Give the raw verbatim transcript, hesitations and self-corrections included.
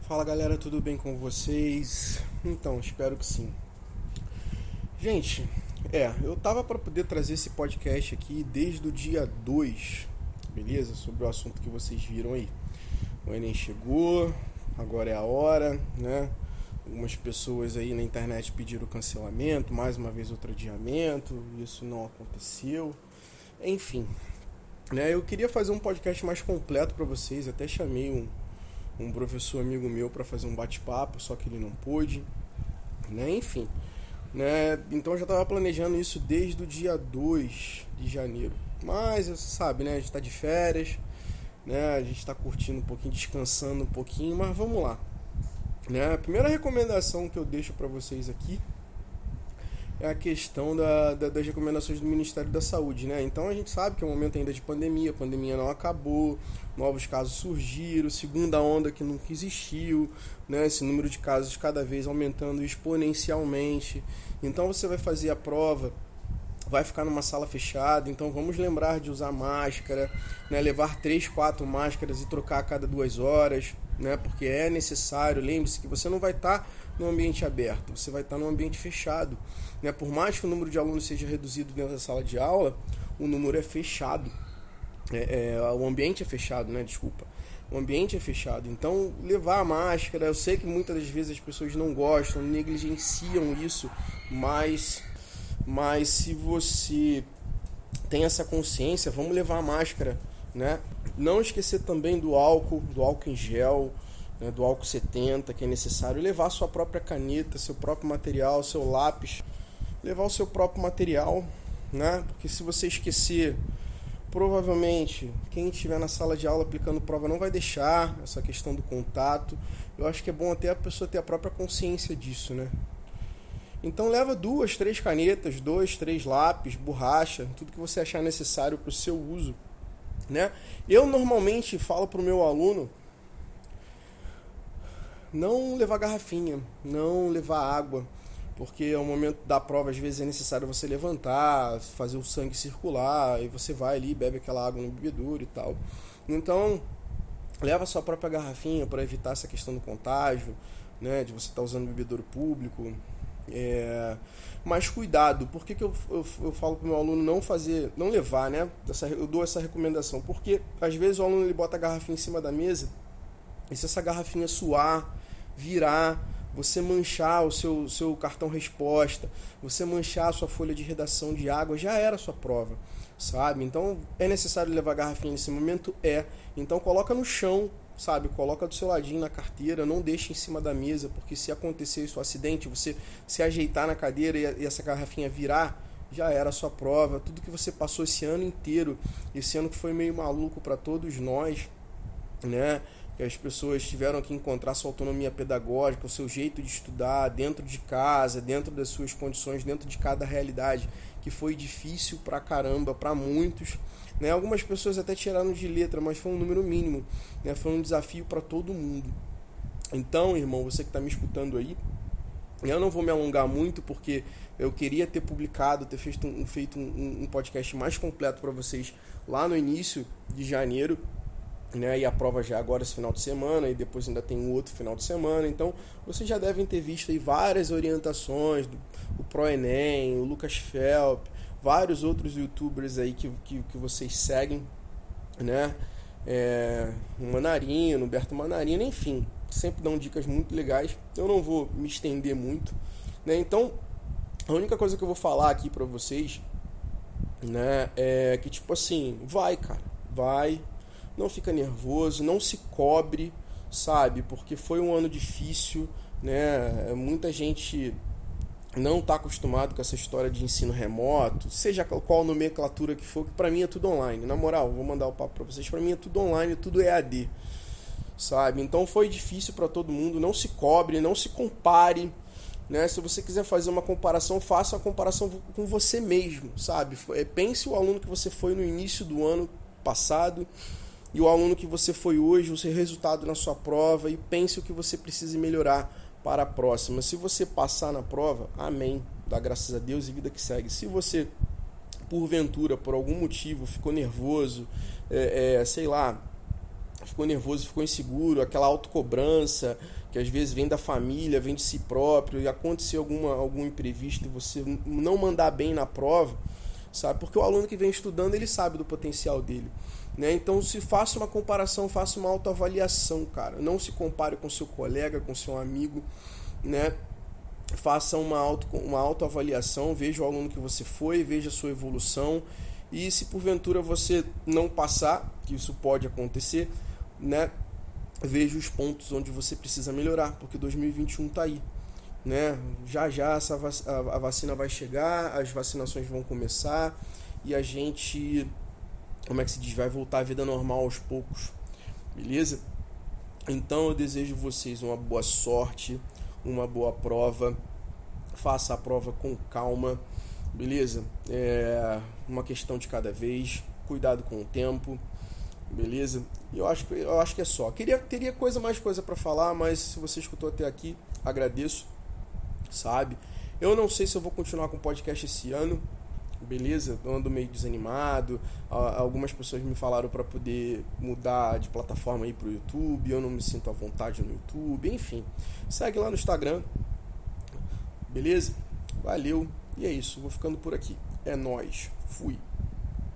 Fala galera, tudo bem com vocês? Então, espero que sim. Gente, é, eu tava para poder trazer esse podcast aqui desde o dia dois, beleza? Sobre o assunto que vocês viram aí. O Enem chegou, agora é a hora, né? Algumas pessoas aí na internet pediram cancelamento, mais uma vez outro adiamento, isso não aconteceu. Enfim, né? Eu queria fazer um podcast mais completo para vocês, até chamei um um professor amigo meu para fazer um bate-papo, só que ele não pôde, né? Enfim, né? Então eu já estava planejando isso desde o dia dois de janeiro. Mas você sabe, né? A gente está de férias, né? A gente está curtindo um pouquinho, descansando um pouquinho, mas vamos lá, né? A primeira recomendação que eu deixo para vocês aqui é a questão da, da, das recomendações do Ministério da Saúde, né? Então a gente sabe que é um momento ainda de pandemia, a pandemia não acabou, novos casos surgiram, segunda onda que nunca existiu, né? Esse número de casos cada vez aumentando exponencialmente. Então você vai fazer a prova, vai ficar numa sala fechada, então vamos lembrar de usar máscara, né? Levar três, quatro máscaras e trocar a cada duas horas, né? Porque é necessário. Lembre-se que você não vai estar no ambiente aberto, você vai estar no ambiente fechado, né? Por mais que o número de alunos seja reduzido dentro da sala de aula, o número é fechado, é, é, o ambiente é fechado, né? Desculpa. O ambiente é fechado, então levar a máscara, eu sei que muitas das vezes as pessoas não gostam, negligenciam isso, mas, mas se você tem essa consciência, vamos levar a máscara, né? Não esquecer também do álcool, do álcool em gel, né? Do álcool setenta, que é necessário, levar sua própria caneta, seu próprio material, seu lápis, levar o seu próprio material, né? Porque se você esquecer, provavelmente quem estiver na sala de aula aplicando prova não vai deixar essa questão do contato. Eu acho que é bom até a pessoa ter a própria consciência disso, né? Então leva duas, três canetas, dois, três lápis, borracha, tudo que você achar necessário para o seu uso, né? Eu normalmente falo para o meu aluno não levar garrafinha, não levar água, porque ao momento da prova às vezes é necessário você levantar, fazer o sangue circular, e você vai ali, bebe aquela água no bebedouro e tal. Então leva a sua própria garrafinha para evitar essa questão do contágio, né, de você estar usando bebedouro público. É, mas cuidado, por que, que eu, eu, eu falo para o meu aluno não fazer, não levar, né? Essa, eu dou essa recomendação, porque às vezes o aluno ele bota a garrafinha em cima da mesa, e se essa garrafinha suar, virar, você manchar o seu, seu cartão resposta, você manchar a sua folha de redação de água, já era a sua prova, sabe? Então é necessário levar a garrafinha nesse momento? É. Então coloca no chão, sabe? Coloca do seu ladinho na carteira, não deixe em cima da mesa, porque se acontecer isso, um acidente, você se ajeitar na cadeira e essa garrafinha virar, já era a sua prova. Tudo que você passou esse ano inteiro, esse ano que foi meio maluco para todos nós, né? Que as pessoas tiveram que encontrar sua autonomia pedagógica, o seu jeito de estudar dentro de casa, dentro das suas condições, dentro de cada realidade, que foi difícil pra caramba, pra muitos, né? Algumas pessoas até tiraram de letra, mas foi um número mínimo, né? Foi um desafio para todo mundo. Então, irmão, você que está me escutando aí, eu não vou me alongar muito, porque eu queria ter publicado, ter feito um, feito um, um podcast mais completo para vocês lá no início de janeiro, né? E a prova já é agora esse final de semana, e depois ainda tem um outro final de semana. Então vocês já devem ter visto aí várias orientações do o ProEnem, o Lucas Felp, vários outros youtubers aí que, que, que vocês seguem, né? É, o Manarino, o Berto Manarino, enfim, sempre dão dicas muito legais. Eu não vou me estender muito, né? Então a única coisa que eu vou falar aqui pra vocês, né, é que tipo assim, vai, cara, vai. Não fica nervoso, não se cobre, sabe? Porque foi um ano difícil, né? Muita gente não está acostumado com essa história de ensino remoto, seja qual nomenclatura que for, que para mim é tudo online. Na moral, vou mandar o papo para vocês, para mim é tudo online, tudo é A D, sabe? Então foi difícil para todo mundo, não se cobre, não se compare, né? Se você quiser fazer uma comparação, faça a comparação com você mesmo, sabe? Pense o aluno que você foi no início do ano passado e o aluno que você foi hoje, o seu resultado na sua prova, e pense o que você precisa melhorar para a próxima. Se você passar na prova, amém, dá graças a Deus e vida que segue. Se você, porventura, por algum motivo, ficou nervoso, é, é, sei lá, ficou nervoso, ficou inseguro, aquela autocobrança que às vezes vem da família, vem de si próprio, e acontecer alguma, algum imprevisto e você não mandar bem na prova, sabe? Porque o aluno que vem estudando, ele sabe do potencial dele, né? Então, se faça uma comparação, faça uma autoavaliação, cara. Não se compare com seu colega, com seu amigo, né? Faça uma, auto, uma autoavaliação, veja o aluno que você foi, veja a sua evolução, e se porventura você não passar, que isso pode acontecer, né? Veja os pontos onde você precisa melhorar, porque dois mil e vinte e um tá aí, né? Já já essa vac... a vacina vai chegar, as vacinações vão começar e a gente, como é que se diz, vai voltar à vida normal aos poucos, beleza? Então eu desejo vocês uma boa sorte, uma boa prova, faça a prova com calma, beleza? É uma questão de cada vez, cuidado com o tempo, beleza? E eu acho, eu acho que é só. Queria, teria coisa, mais coisa para falar, mas se você escutou até aqui, agradeço, sabe? Eu não sei se eu vou continuar com o podcast esse ano, beleza? Eu ando meio desanimado. Algumas pessoas me falaram para poder mudar de plataforma aí pro YouTube. Eu não me sinto à vontade no YouTube. Enfim, segue lá no Instagram, beleza? Valeu. E é isso, vou ficando por aqui. É nóis. Fui.